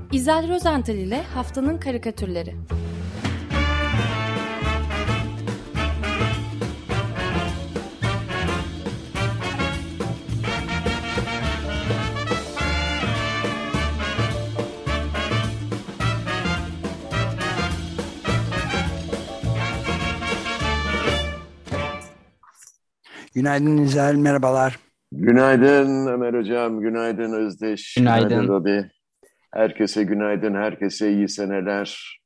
İzel Rozental ile Haftanın Karikatürleri. Günaydın İzel, merhabalar. Günaydın Ömer Hocam, günaydın Özdeş, günaydın Günaydın. Robi. Herkese günaydın, herkese iyi seneler.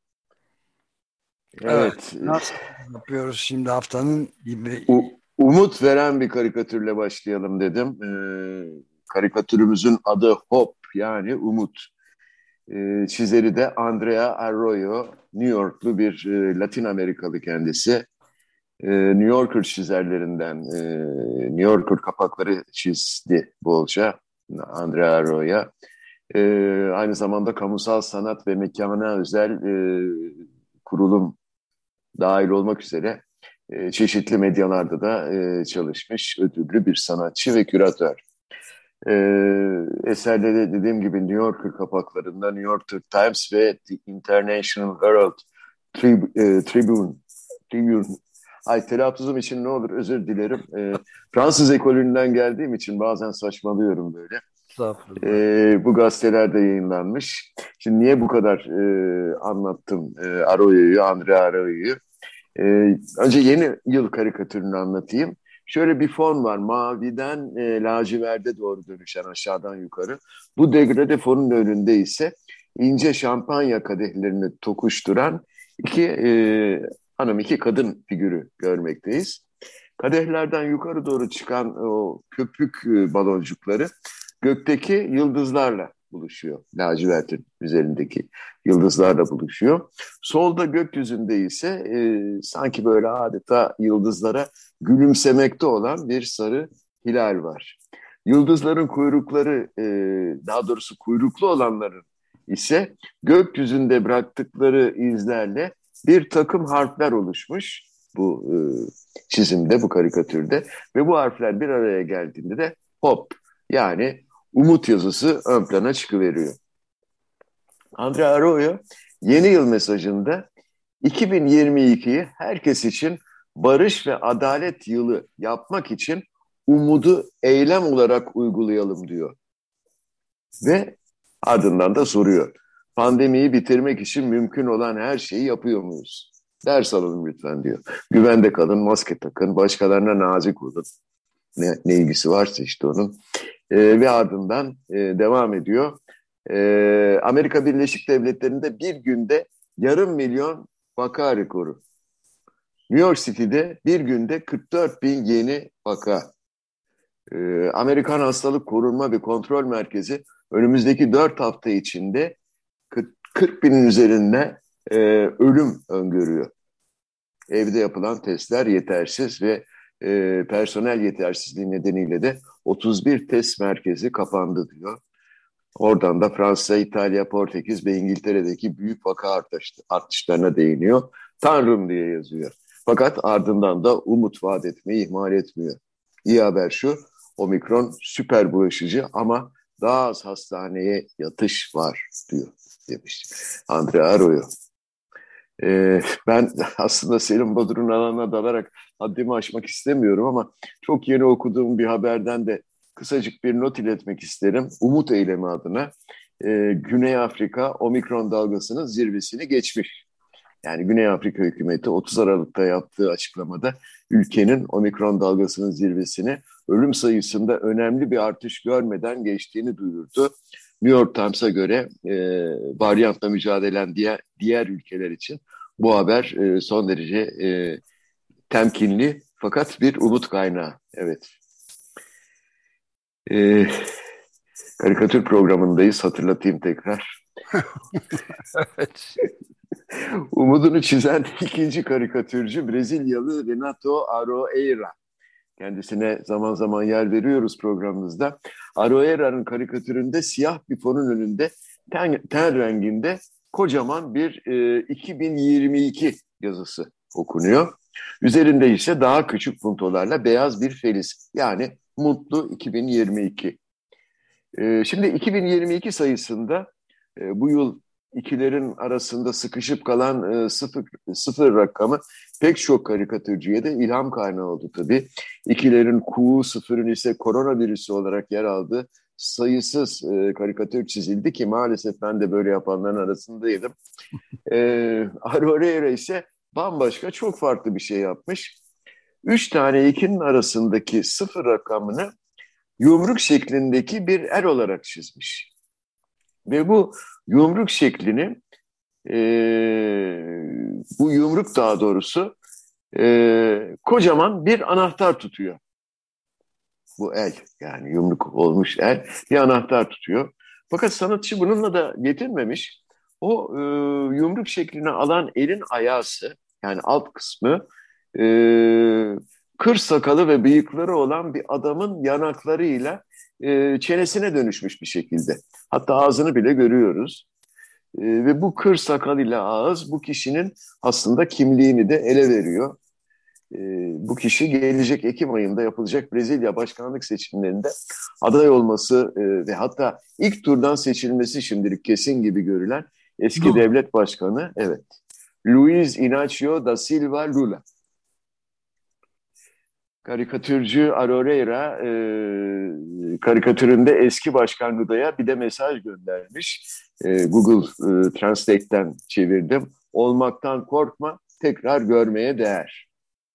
Evet, Nasıl yapıyoruz şimdi haftanın gibi? umut veren bir karikatürle başlayalım dedim. Karikatürümüzün adı Hope, yani umut. Çizeri de Andrea Arroyo, New Yorklu bir Latin Amerikalı kendisi. New Yorker çizerlerinden, New Yorker kapakları çizdi bolca Andrea Arroyo. Aynı zamanda kamusal sanat ve mekana özel kurulum dahil olmak üzere çeşitli medyalarda da çalışmış ödüllü bir sanatçı ve küratör. Eserleri dediğim gibi New Yorker kapaklarında New York Times ve The International Herald Tribune. Ay, telaffuzum için ne olur özür dilerim. Fransız ekolünden geldiğim için bazen saçmalıyorum böyle. Bu gazetelerde yayınlanmış. Şimdi niye bu kadar anlattım Arroyo'yu, Andrea Arroyo'yu? Önce yeni yıl karikatürünü anlatayım. Şöyle bir fon var. Maviden laciverde doğru dönüşen aşağıdan yukarı. Bu degrade fonun önünde ise ince şampanya kadehlerini tokuşturan iki kadın figürü görmekteyiz. Kadehlerden yukarı doğru çıkan o köpük baloncukları gökteki yıldızlarla buluşuyor. Lacivertin üzerindeki yıldızlarla buluşuyor. Solda gökyüzünde ise sanki böyle adeta yıldızlara gülümsemekte olan bir sarı hilal var. Yıldızların kuyrukları, daha doğrusu kuyruklu olanların ise gökyüzünde bıraktıkları izlerle bir takım harfler oluşmuş bu çizimde, bu karikatürde ve bu harfler bir araya geldiğinde de hop, yani umut yazısı ön plana çıkıveriyor. Andrea Arroyo yeni yıl mesajında 2022'yi herkes için barış ve adalet yılı yapmak için umudu eylem olarak uygulayalım diyor. Ve ardından da soruyor. Pandemiyi bitirmek için mümkün olan her şeyi yapıyor muyuz? Ders alın lütfen diyor. Güvende kalın, maske takın, başkalarına nazik olun. Ne ilgisi varsa işte onun. Ve ardından devam ediyor. Amerika Birleşik Devletleri'nde bir günde 500.000 vaka rekoru. New York City'de bir günde 44.000 yeni vaka. Amerikan Hastalık Korunma ve Kontrol Merkezi önümüzdeki 4 hafta içinde 40.000'in üzerinde ölüm öngörüyor. Evde yapılan testler yetersiz ve personel yetersizliği nedeniyle de 31 test merkezi kapandı diyor. Oradan da Fransa, İtalya, Portekiz ve İngiltere'deki büyük vaka artışlarına değiniyor. Tanrım diye yazıyor. Fakat ardından da umut vaat etmeyi ihmal etmiyor. İyi haber şu, omikron süper bulaşıcı ama daha az hastaneye yatış var diyor demiş Andrea Arroyo. Ben aslında Selim Bodur'un alanına dalarak haddimi aşmak istemiyorum ama çok yeni okuduğum bir haberden de kısacık bir not iletmek isterim. Umut Eylemi adına Güney Afrika omikron dalgasının zirvesini geçmiş. Yani Güney Afrika hükümeti 30 Aralık'ta yaptığı açıklamada ülkenin omikron dalgasının zirvesini ölüm sayısında önemli bir artış görmeden geçtiğini duyurdu. New York Times'a göre varyantla mücadelen diğer ülkeler için bu haber son derece temkinli fakat bir umut kaynağı. Evet. Karikatür programındayız, hatırlatayım tekrar. Evet. Umudunu çizen ikinci karikatürcü Brezilyalı Renato Aroeira. Kendisine zaman zaman yer veriyoruz programımızda. Aroeira'nın karikatüründe siyah bir fonun önünde ten renginde kocaman bir 2022 yazısı okunuyor. Üzerinde ise daha küçük puntolarla beyaz bir feliz. Yani mutlu 2022. Şimdi 2022 sayısında Bu yıl ikilerin arasında sıkışıp kalan sıfır rakamı pek çok karikatürcüye de ilham kaynağı oldu tabii. İkilerin kuğu, sıfırın ise koronavirüsü olarak yer aldığı sayısız karikatür çizildi ki maalesef ben de böyle yapanların arasındaydım. Aurora ise bambaşka, çok farklı bir şey yapmış. Üç tane ikinin arasındaki sıfır rakamını yumruk şeklindeki bir el olarak çizmiş. Ve bu yumruk şeklini, e, bu yumruk daha doğrusu kocaman bir anahtar tutuyor. Bu el, yani yumruk olmuş el bir anahtar tutuyor. Fakat sanatçı bununla da yetinmemiş. O yumruk şeklini alan elin ayağısı, yani alt kısmı, e, kır sakalı ve bıyıkları olan bir adamın yanaklarıyla çenesine dönüşmüş bir şekilde. Hatta ağzını bile görüyoruz. Ve bu kır sakal ile ağız bu kişinin aslında kimliğini de ele veriyor. Bu kişi gelecek Ekim ayında yapılacak Brezilya başkanlık seçimlerinde aday olması ve hatta ilk turdan seçilmesi şimdilik kesin gibi görülen eski devlet başkanı, evet, Luiz Inácio da Silva Lula. Karikatürcü Aroreira karikatüründe eski başkan Lula'ya bir de mesaj göndermiş. Google Translate'ten çevirdim. Olmaktan korkma, tekrar görmeye değer.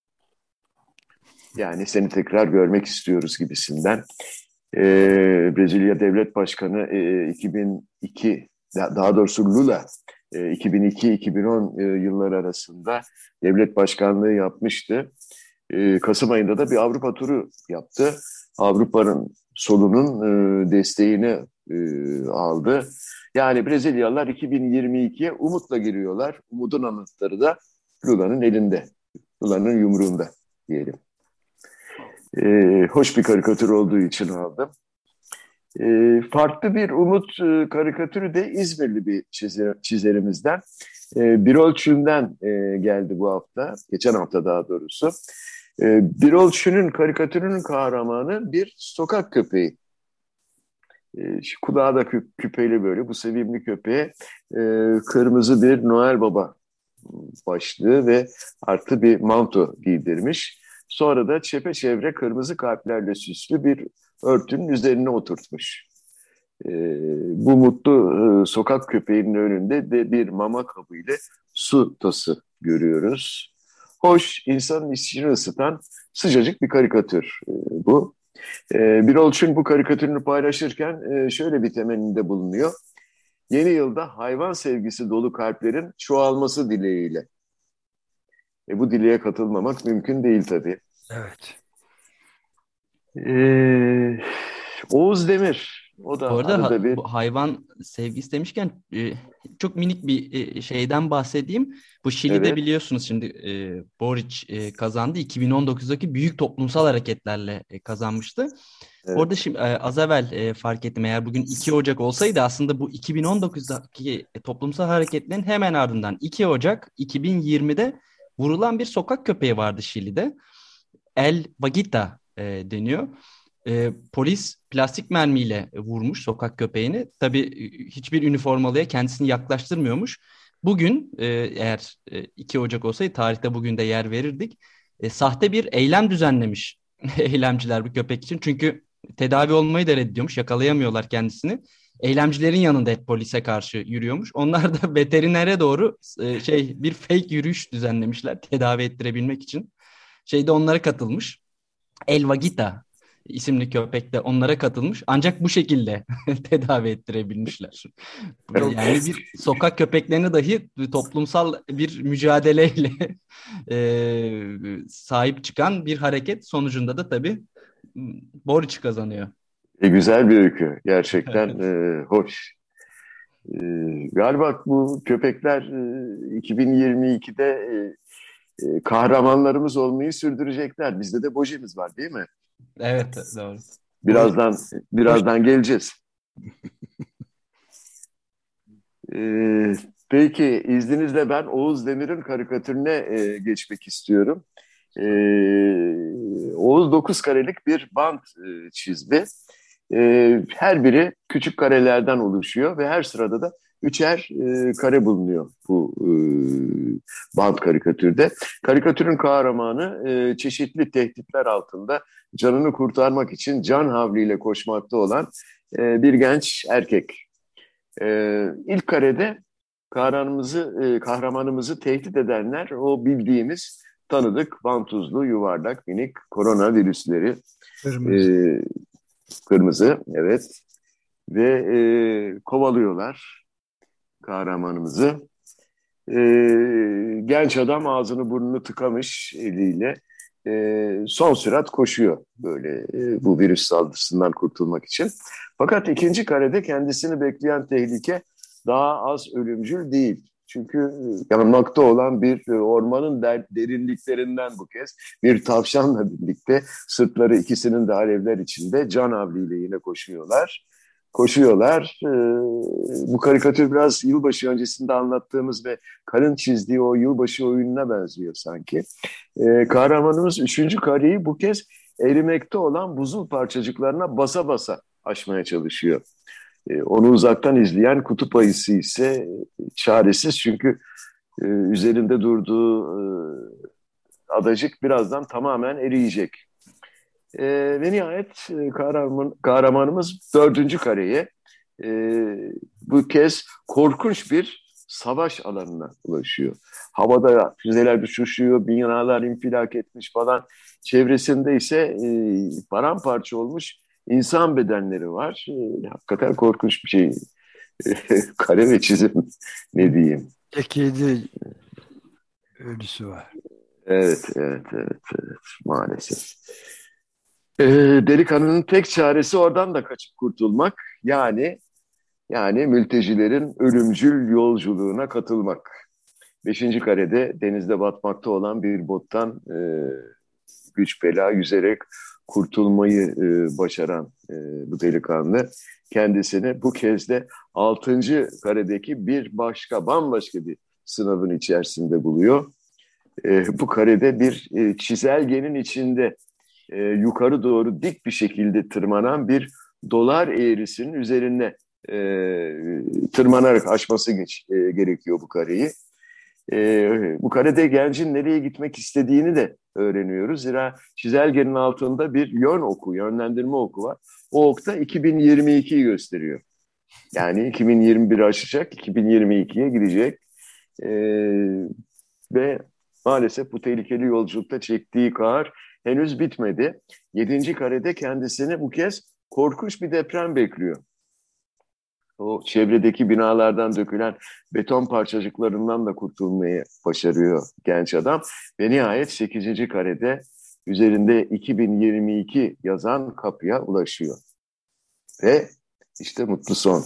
Yani seni tekrar görmek istiyoruz gibisinden. Brezilya Devlet Başkanı 2002, daha doğrusu Lula 2002-2010 yılları arasında devlet başkanlığı yapmıştı. Kasım ayında da bir Avrupa turu yaptı. Avrupa'nın solunun desteğini aldı. Yani Brezilyalılar 2022'ye umutla giriyorlar. Umudun anahtarı da Lula'nın elinde, Lula'nın yumruğunda diyelim. Hoş bir karikatür olduğu için aldım. Farklı bir umut karikatürü de İzmirli bir çizerimizden. Birol Çün'den geldi bu hafta, geçen hafta daha doğrusu. Birol Çün'ün karikatürünün kahramanı bir sokak köpeği. Kulağı da küpeli böyle, bu sevimli köpeğe kırmızı bir Noel Baba başlığı ve artı bir manto giydirmiş. Sonra da çepeçevre kırmızı kalplerle süslü bir örtünün üzerine oturtmuş. Bu mutlu sokak köpeğinin önünde de bir mama kabı ile su tası görüyoruz. Hoş, insanın içini ısıtan sıcacık bir karikatür bu. Birol Çün bu karikatürünü paylaşırken şöyle bir temennide bulunuyor. Yeni yılda hayvan sevgisi dolu kalplerin çoğalması dileğiyle. Bu dileğe katılmamak mümkün değil tabii. Evet. Oğuz Demir, o da Bu arada arada bir... bu hayvan sevgisi demişken çok minik bir şeyden bahsedeyim. Bu Şili'de Evet. biliyorsunuz şimdi Boric kazandı. 2019'daki büyük toplumsal hareketlerle kazanmıştı. Evet. Orada şimdi az evvel fark ettim, eğer bugün 2 Ocak olsaydı aslında bu 2019'daki toplumsal hareketlerin hemen ardından 2 Ocak 2020'de vurulan bir sokak köpeği vardı Şili'de. El Vaguita deniyor. Polis plastik mermiyle vurmuş sokak köpeğini. Tabii hiçbir üniformalıya kendisini yaklaştırmıyormuş. Bugün eğer 2 Ocak olsaydı tarihte bugün de yer verirdik. Sahte bir eylem düzenlemiş eylemciler bu köpek için. Çünkü tedavi olmayı da reddediyormuş. Yakalayamıyorlar kendisini. Eylemcilerin yanında hep polise karşı yürüyormuş. Onlar da veterinere doğru bir fake yürüyüş düzenlemişler tedavi ettirebilmek için. Şeyde onlara katılmış. El Vaguita isimli köpek de onlara katılmış. Ancak bu şekilde tedavi ettirebilmişler. Yani bir sokak köpeklerini dahi toplumsal bir mücadeleyle sahip çıkan bir hareket sonucunda da tabii Boric kazanıyor. Güzel bir öykü. Gerçekten hoş. Galiba bu köpekler 2022'de kahramanlarımız olmayı sürdürecekler. Bizde de Boji'miz var değil mi? Evet, doğru. Birazdan geleceğiz. Peki izninizle ben Oğuz Demir'in karikatürüne geçmek istiyorum. Oğuz 9 karelik bir bant çizdi. Her biri küçük karelerden oluşuyor ve her sırada da üçer kare bulunuyor bu bant karikatürde. Karikatürün kahramanı çeşitli tehditler altında canını kurtarmak için can havliyle koşmakta olan bir genç erkek. İlk karede kahramanımızı tehdit edenler o bildiğimiz tanıdık vantuzlu yuvarlak minik koronavirüsleri. Kırmızı. Kırmızı, evet. Ve kovalıyorlar kahramanımızı. Genç adam ağzını burnunu tıkamış eliyle son sürat koşuyor böyle bu virüs saldırısından kurtulmak için. Fakat ikinci karede kendisini bekleyen tehlike daha az ölümcül değil. Çünkü yanmakta olan bir ormanın derinliklerinden bu kez bir tavşanla birlikte sırtları ikisinin de alevler içinde can havliyle yine koşuyorlar. Bu karikatür biraz yılbaşı öncesinde anlattığımız ve Karın çizdiği o yılbaşı oyununa benziyor sanki. Kahramanımız üçüncü kareyi bu kez erimekte olan buzul parçacıklarına basa basa aşmaya çalışıyor. Onu uzaktan izleyen kutup ayısı ise çaresiz, çünkü üzerinde durduğu adacık birazdan tamamen eriyecek. Ve nihayet kahramanımız dördüncü kareye bu kez korkunç bir savaş alanına ulaşıyor. Havada füzeler uçuşuyor, binalar infilak etmiş falan. Çevresinde ise paramparça olmuş insan bedenleri var. Hakikaten korkunç bir şey. Kare ve çizim ne diyeyim. Kedi ölüsü var. Evet, maalesef. Delikanlının tek çaresi oradan da kaçıp kurtulmak. Yani mültecilerin ölümcül yolculuğuna katılmak. Beşinci karede denizde batmakta olan bir bottan güç bela yüzerek kurtulmayı başaran bu delikanlı kendisini bu kez de altıncı karedeki bambaşka bir sınavın içerisinde buluyor. Bu karede bir çizelgenin içinde yukarı doğru dik bir şekilde tırmanan bir dolar eğrisinin üzerine tırmanarak aşması gerekiyor bu kareyi. Bu karede gencin nereye gitmek istediğini de öğreniyoruz. Zira çizelgenin altında bir yönlendirme oku var. O ok da 2022'yi gösteriyor. Yani 2021 aşacak, 2022'ye girecek. Ve maalesef bu tehlikeli yolculukta çektiği kahır henüz bitmedi. Yedinci karede kendisini bu kez korkunç bir deprem bekliyor. O çevredeki binalardan dökülen beton parçacıklarından da kurtulmayı başarıyor genç adam. Ve nihayet 8. karede üzerinde 2022 yazan kapıya ulaşıyor. Ve işte mutlu son.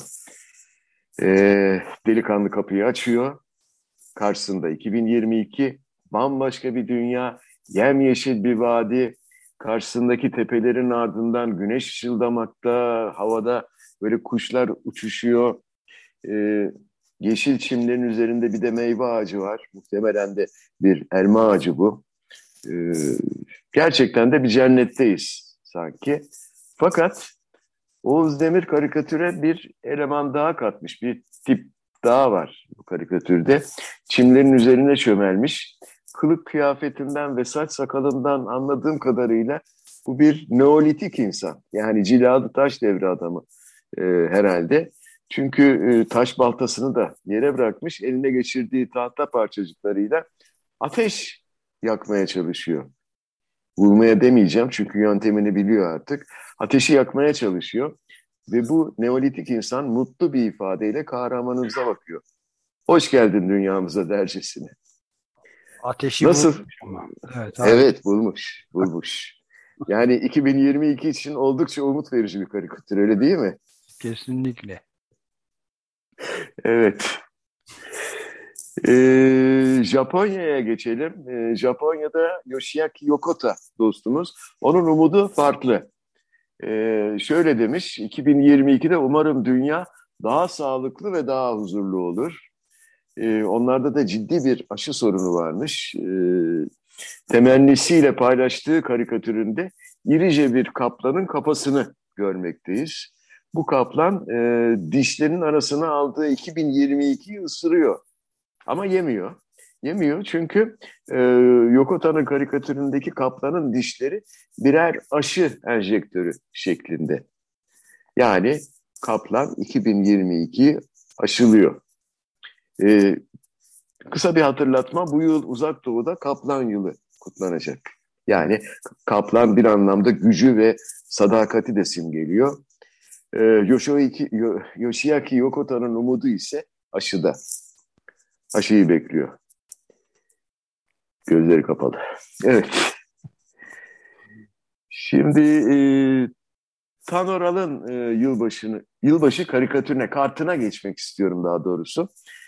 Delikanlı kapıyı açıyor. Karşısında 2022, bambaşka bir dünya, yemyeşil bir vadi. Karşısındaki tepelerin ardından güneş ışıldamakta, havada böyle kuşlar uçuşuyor. Yeşil çimlerin üzerinde bir de meyve ağacı var. Muhtemelen de bir elma ağacı bu. Gerçekten de bir cennetteyiz sanki. Fakat Oğuz Demir karikatüre bir eleman daha katmış. Bir tip daha var bu karikatürde. Çimlerin üzerine çömelmiş. Kılık kıyafetinden ve saç sakalından anladığım kadarıyla bu bir neolitik insan. Yani ciladı taş devri adamı herhalde. Çünkü taş baltasını da yere bırakmış. Eline geçirdiği tahta parçacıklarıyla ateş yakmaya çalışıyor. Vurmaya demeyeceğim çünkü yöntemini biliyor artık. Ateşi yakmaya çalışıyor. Ve bu neolitik insan mutlu bir ifadeyle kahramanımıza bakıyor. Hoş geldin dünyamıza dercesine. Ateşi nasıl? bulmuş ama. Evet, bulmuş. Yani 2022 için oldukça umut verici bir karikatür, öyle değil mi? Kesinlikle. Evet. Japonya'ya geçelim. Japonya'da Yoshiaki Yokota dostumuz. Onun umudu farklı. Şöyle demiş, 2022'de umarım dünya daha sağlıklı ve daha huzurlu olur. Onlarda da ciddi bir aşı sorunu varmış. Temennisiyle paylaştığı karikatüründe irice bir kaplanın kafasını görmekteyiz. bu kaplan dişlerinin arasına aldığı 2022'yi ısırıyor. Ama yemiyor. Yemiyor çünkü Yoko Tano karikatüründeki kaplanın dişleri birer aşı enjektörü şeklinde. Yani kaplan 2022'yi aşılıyor. Kısa bir hatırlatma, bu yıl Uzak Doğu'da Kaplan Yılı kutlanacak. Yani kaplan bir anlamda gücü ve sadakati de simgeliyor. Yoshiaki Yoko Tano'nun umudu ise aşıda. Aşıyı bekliyor. Gözleri kapalı. Evet. Şimdi Tanoral'ın yılbaşı karikatürüne, kartına geçmek istiyorum daha doğrusu.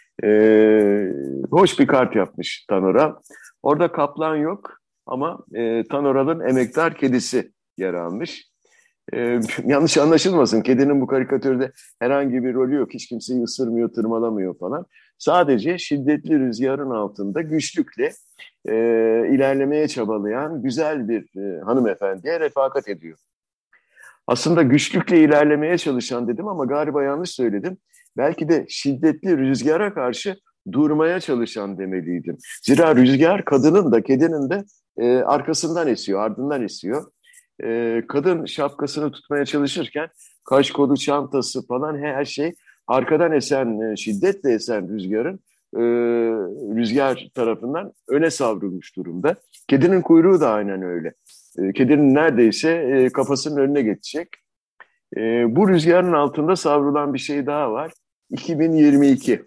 Hoş bir kart yapmış Tanoral. Orada kaplan yok ama Tanoral'ın emektar kedisi yer almış. Yanlış anlaşılmasın, kedinin bu karikatürde herhangi bir rolü yok. Hiç kimseyi ısırmıyor, tırmalamıyor falan. Sadece şiddetli rüzgarın altında güçlükle ilerlemeye çabalayan güzel bir hanımefendiye refakat ediyor. Aslında güçlükle ilerlemeye çalışan dedim ama galiba yanlış söyledim. Belki de şiddetli rüzgara karşı durmaya çalışan demeliydim. Zira rüzgar kadının da kedinin de arkasından esiyor, ardından esiyor. Kadın şapkasını tutmaya çalışırken kaşkolu, çantası falan her şey arkadan esen, şiddetle esen rüzgarın rüzgar tarafından öne savrulmuş durumda. Kedinin kuyruğu da aynen öyle. Kedinin neredeyse kafasının önüne geçecek. Bu rüzgarın altında savrulan bir şey daha var. 2022.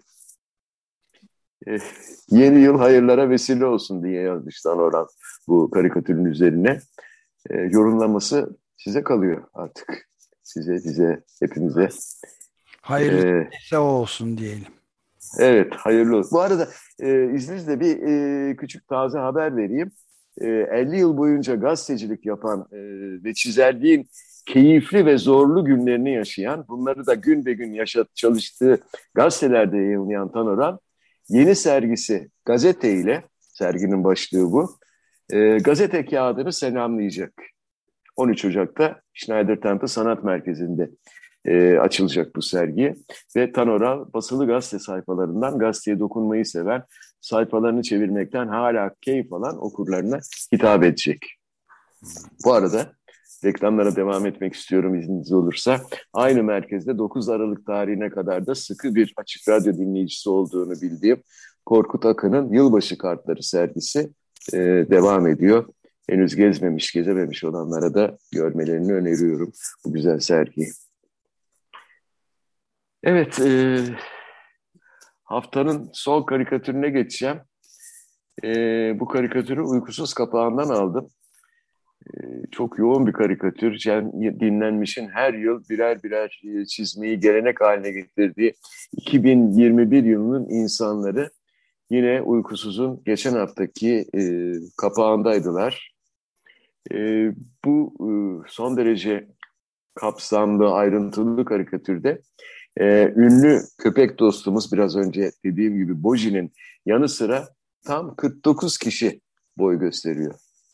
Yeni yıl hayırlara vesile olsun diye yazmışlar oradan bu karikatürün üzerine. Yorumlaması size kalıyor artık. Size, bize, hepimize. Hayırlısı ise o olsun diyelim. Evet, hayırlı olsun. Bu arada izninizle bir küçük taze haber vereyim. 50 yıl boyunca gazetecilik yapan ve çizerliğin keyifli ve zorlu günlerini yaşayan, bunları da gün be gün çalıştığı gazetelerde yayınlayan Tanoral, yeni sergisi Gazete ile, serginin başlığı bu, gazete kağıdını selamlayacak. 13 Ocak'ta Schneider-Temple Sanat Merkezi'nde açılacak bu sergi. Ve Tanoral basılı gazete sayfalarından gazeteye dokunmayı seven, sayfalarını çevirmekten hala keyif alan okurlarına hitap edecek. Bu arada reklamlara devam etmek istiyorum izniniz olursa. Aynı merkezde 9 Aralık tarihine kadar da sıkı bir Açık Radyo dinleyicisi olduğunu bildiğim Korkut Akın'ın Yılbaşı Kartları sergisi devam ediyor. Henüz gezmemiş, gezememiş olanlara da görmelerini öneriyorum bu güzel sergiyi. Evet, haftanın son karikatürüne geçeceğim. Bu karikatürü Uykusuz Kapağı'ndan aldım. Çok yoğun bir karikatür. Dinlenmiş'in her yıl birer birer çizmeyi gelenek haline getirdiği 2021 yılının insanları yine Uykusuz'un geçen haftaki kapağındaydılar. Bu son derece kapsamlı, ayrıntılı karikatürde ünlü köpek dostumuz, biraz önce dediğim gibi Boji'nin yanı sıra tam 49 kişi boy gösteriyor.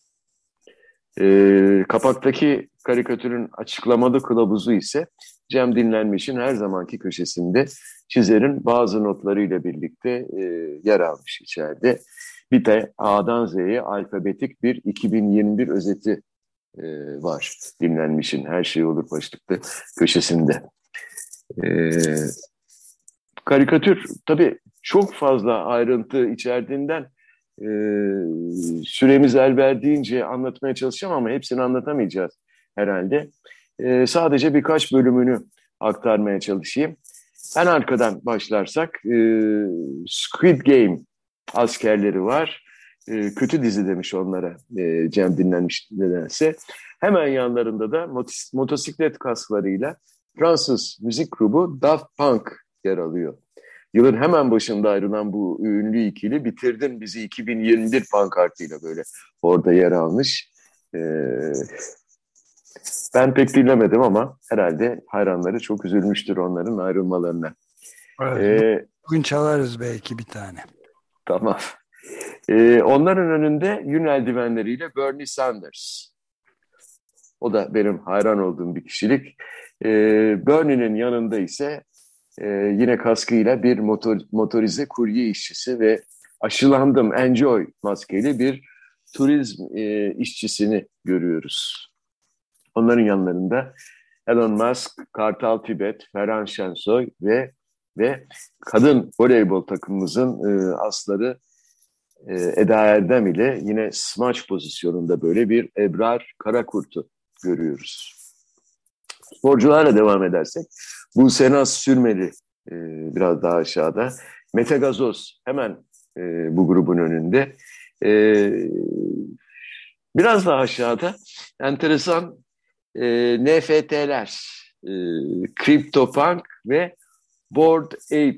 Kapaktaki karikatürün açıklamalı kılavuzu ise Cem Dinlenmiş'in her zamanki köşesinde çizerin bazı notlarıyla birlikte yer almış içeride. Bir de A'dan Z'ye alfabetik bir 2021 özeti var Dinlenmiş'in her şey olur başlıklı köşesinde. Karikatür tabii çok fazla ayrıntı içerdiğinden süremiz el verdiğince anlatmaya çalışacağım ama hepsini anlatamayacağız herhalde. Sadece birkaç bölümünü aktarmaya çalışayım. En arkadan başlarsak Squid Game askerleri var. Kötü dizi demiş onlara Cem Dinlenmiş nedense. Hemen yanlarında da motosiklet kasklarıyla Fransız müzik grubu Daft Punk yer alıyor. Yılın hemen başında ayrılan bu ünlü ikili Bitirdin Bizi 2021 pankartıyla böyle orada yer almış. Ben pek dinlemedim ama herhalde hayranları çok üzülmüştür onların ayrılmalarına. Evet, bugün çalarız belki bir tane. Tamam. Onların önünde yün eldivenleriyle Bernie Sanders. O da benim hayran olduğum bir kişilik. Bernie'nin yanında ise yine kaskıyla bir motorize kurye işçisi ve aşılandım, enjoy maskeli bir turizm işçisini görüyoruz. Onların yanlarında Elon Musk, Kartal Tibet, Ferhan Şensoy ve kadın voleybol takımımızın asları Eda Erdem ile yine smaç pozisyonunda böyle bir Ebrar Karakurt'u görüyoruz. Sporcularla devam edersek Buse Naz Sürmeli biraz daha aşağıda. Mete Gazoz hemen bu grubun önünde. Biraz daha aşağıda enteresan NFT'ler, CryptoPunk ve Bored Ape.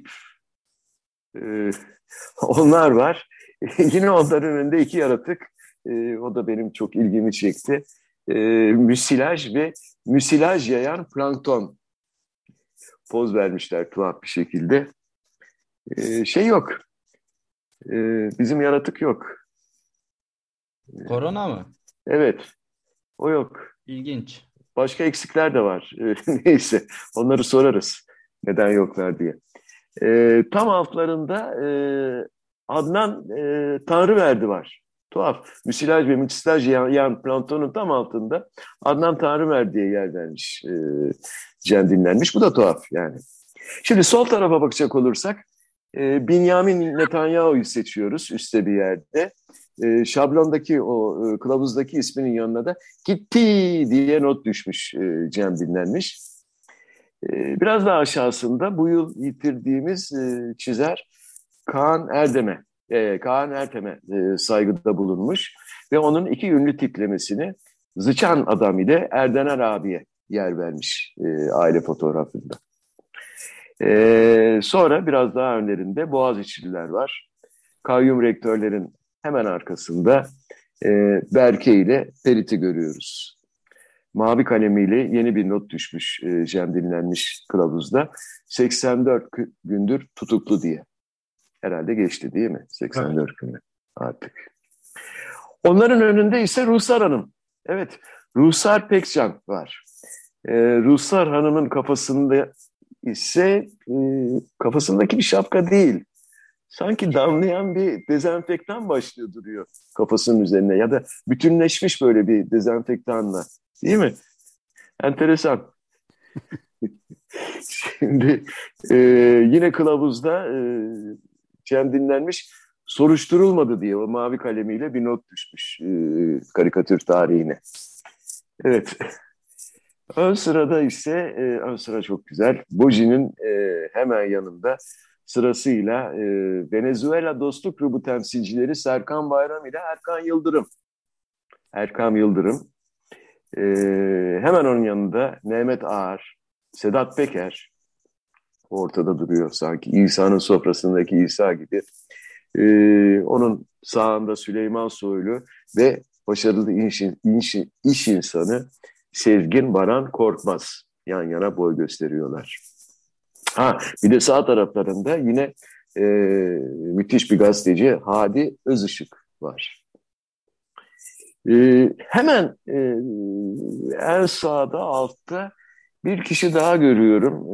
Onlar var. Yine onların önünde iki yaratık. O da benim çok ilgimi çekti. Müsilaj ve müsilaj yayan plankton poz vermişler tuhaf bir şekilde. Şey yok. Bizim yaratık yok. Korona mı? Evet. O yok. İlginç. Başka eksikler de var. Neyse. Onları sorarız. Neden yoklar diye. Tam altlarında Adnan Tanrıverdi var. Tuhaf. Müsilaj ve müsilaj yayan planktonun tam altında Adnan Tanrıverdi'ye yer vermiş. Cem dinlenmiş. Bu da tuhaf yani. Şimdi sol tarafa bakacak olursak Binyamin Netanyahu'yu seçiyoruz üstte bir yerde. Şablondaki o kılavuzdaki isminin yanına da gitti diye not düşmüş Cem dinlenmiş. Biraz daha aşağısında bu yıl yitirdiğimiz çizer Kaan Ertem'e saygıda bulunmuş ve onun iki ünlü tiplemesini Zıçan Adam ile Erdener abiye yer vermiş aile fotoğrafında. Sonra biraz daha önlerinde Boğaziçi'liler var. Kayyum rektörlerin hemen arkasında Berke ile Ferit'i görüyoruz. Mavi kalemiyle yeni bir not düşmüş Cem dinlenmiş kılavuzda. 84 gündür tutuklu diye. Herhalde geçti değil mi? 84 günü artık. Onların önünde ise Ruhsar Hanım. Evet, Ruhsar Pekcan var. Ruhsar Hanım'ın kafasında ise kafasındaki bir şapka değil. Sanki damlayan bir dezenfektan başlıyor duruyor kafasının üzerine ya da bütünleşmiş böyle bir dezenfektanla. Değil mi? Enteresan. Şimdi yine kılavuzda Cem dinlenmiş soruşturulmadı diye o mavi kalemiyle bir not düşmüş karikatür tarihine. Evet. Ön sırada ise ön sıra çok güzel. Boji'nin hemen yanında sırasıyla Venezuela Dostluk Grubu temsilcileri Serkan Bayram ile Erkan Yıldırım. Erkan Yıldırım. Hemen onun yanında Mehmet Ağar, Sedat Peker ortada duruyor sanki İsa'nın sofrasındaki İsa gibi. Onun sağında Süleyman Soylu ve başarılı iş insanı Sezgin Baran Korkmaz yan yana boy gösteriyorlar. Bir de sağ taraflarında yine müthiş bir gazeteci Hadi Özışık var. Hemen en sağda altta bir kişi daha görüyorum.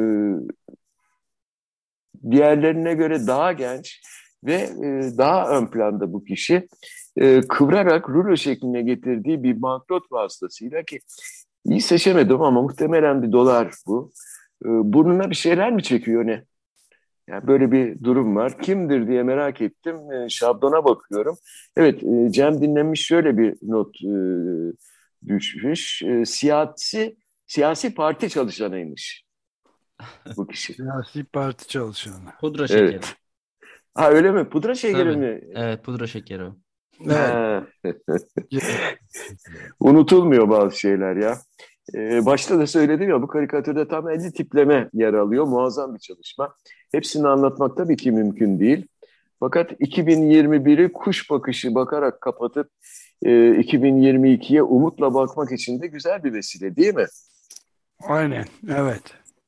Diğerlerine göre daha genç ve daha ön planda bu kişi. Kıvırarak rulo şekline getirdiği bir banknot vasıtasıyla ki iyi seçemedim ama muhtemelen bir dolar bu. Burnuna bir şeyler mi çekiyor ne? Yani böyle bir durum var. Kimdir diye merak ettim. Şablona bakıyorum. Evet, Cem dinlenmiş şöyle bir not düşmüş. Siyasi parti çalışanıymış bu kişi. Siyasi parti çalışanı. Pudra şekeri. Evet. Öyle mi? Pudra şekeri Tabii. mi? Evet, pudra şekeri o. Evet. Unutulmuyor bazı şeyler ya. Başta da söyledim ya bu karikatürde tam 50 tipleme yer alıyor. Muazzam bir çalışma. Hepsini anlatmak tabii ki mümkün değil. Fakat 2021'i kuş bakışı bakarak kapatıp 2022'ye umutla bakmak için de güzel bir vesile değil mi? Aynen, evet.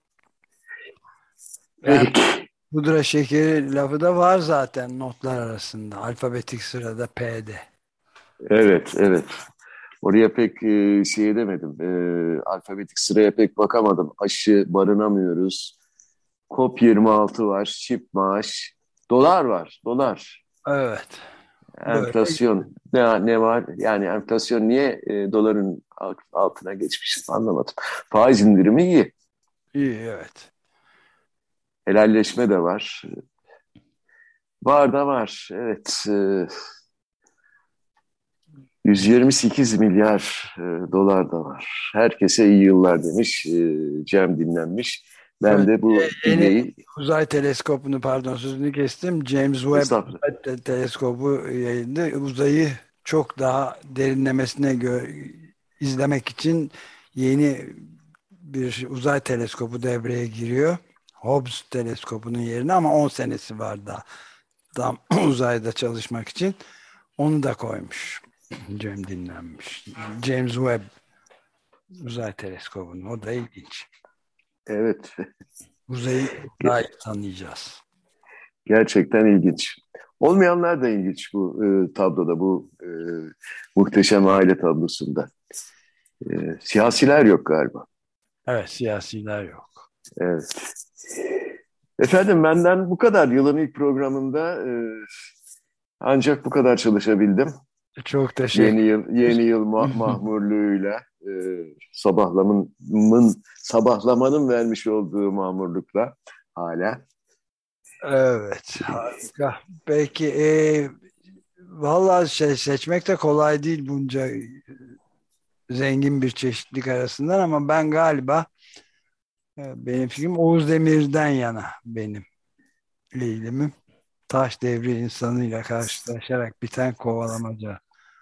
Peki. Pudra şekeri lafı da var zaten notlar arasında. Alfabetik sırada P'de. Evet, evet. Oraya pek şey edemedim. Alfabetik sıraya pek bakamadım. Aşı, barınamıyoruz. COP26 var, çift maaş. Dolar var, dolar. Evet. Enflasyon. Ne var? Yani enflasyon niye doların altına geçmiş anlamadım. Faiz indirimi iyi. İyi, evet. Helalleşme de var. Var da var. Evet. 128 milyar dolar da var. Herkese iyi yıllar demiş. Cem dinlenmiş. Ben de bu dileği... Uzay teleskopunu, pardon sözünü kestim. James Webb Uzay teleskobu yayında uzayı çok daha derinlemesine izlemek için yeni bir uzay teleskobu devreye giriyor. Hobbs teleskopunun yerine, ama 10 senesi var daha tam uzayda çalışmak için. Onu da koymuş. Cem dinlenmiş. James Webb Uzay teleskobunu. O da ilginç. Evet. Uzayı daha iyi tanıyacağız. Gerçekten ilginç. Olmayanlar da ilginç bu tabloda, bu muhteşem aile tablosunda. Siyasiler yok galiba. Evet, siyasiler yok. Evet. Efendim benden bu kadar. Yılın ilk programında ancak bu kadar çalışabildim. Çok teşekkür ederim. Yeni yıl mahmurluğuyla, sabahlamanın vermiş olduğu mahmurlukla hala. Evet, harika. Peki, vallahi seçmek de kolay değil bunca zengin bir çeşitlilik arasından, ama ben galiba benim fikrim Oğuz Demir'den yana benim eğilimim. Taş devri insanıyla karşılaşarak biten kovalamaca.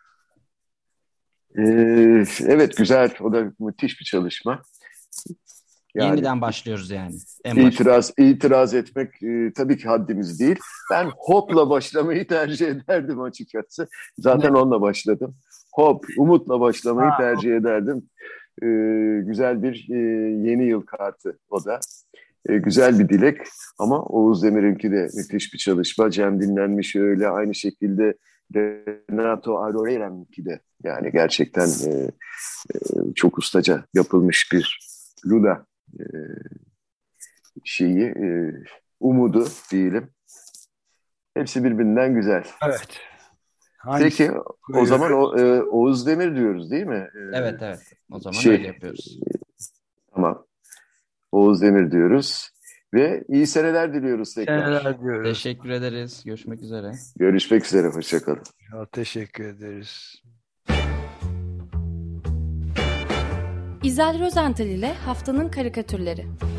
Evet, güzel. O da müthiş bir çalışma. Yani, yeniden başlıyoruz yani. İtiraz etmek tabii ki haddimiz değil. Ben hopla başlamayı tercih ederdim açıkçası. Zaten onunla başladım. Hop, umutla başlamayı tercih ederdim. Güzel bir yeni yıl kartı o da. Güzel bir dilek ama Oğuz Demir'inki de müthiş bir çalışma. Cem dinlenmiş öyle, aynı şekilde Renato Arorela'nınki de yani gerçekten çok ustaca yapılmış bir Lula umudu diyelim. Hepsi birbirinden güzel. Evet. Peki o zaman Oğuz Demir diyoruz değil mi? Evet. O zaman öyle yapıyoruz. Tamam. Oğuz Demir diyoruz. Ve iyi seneler diliyoruz tekrar. Teşekkür ederiz. Görüşmek üzere. Görüşmek üzere. Hoşçakalın. Teşekkür ederiz. İzel Rozental ile Haftanın Karikatürleri.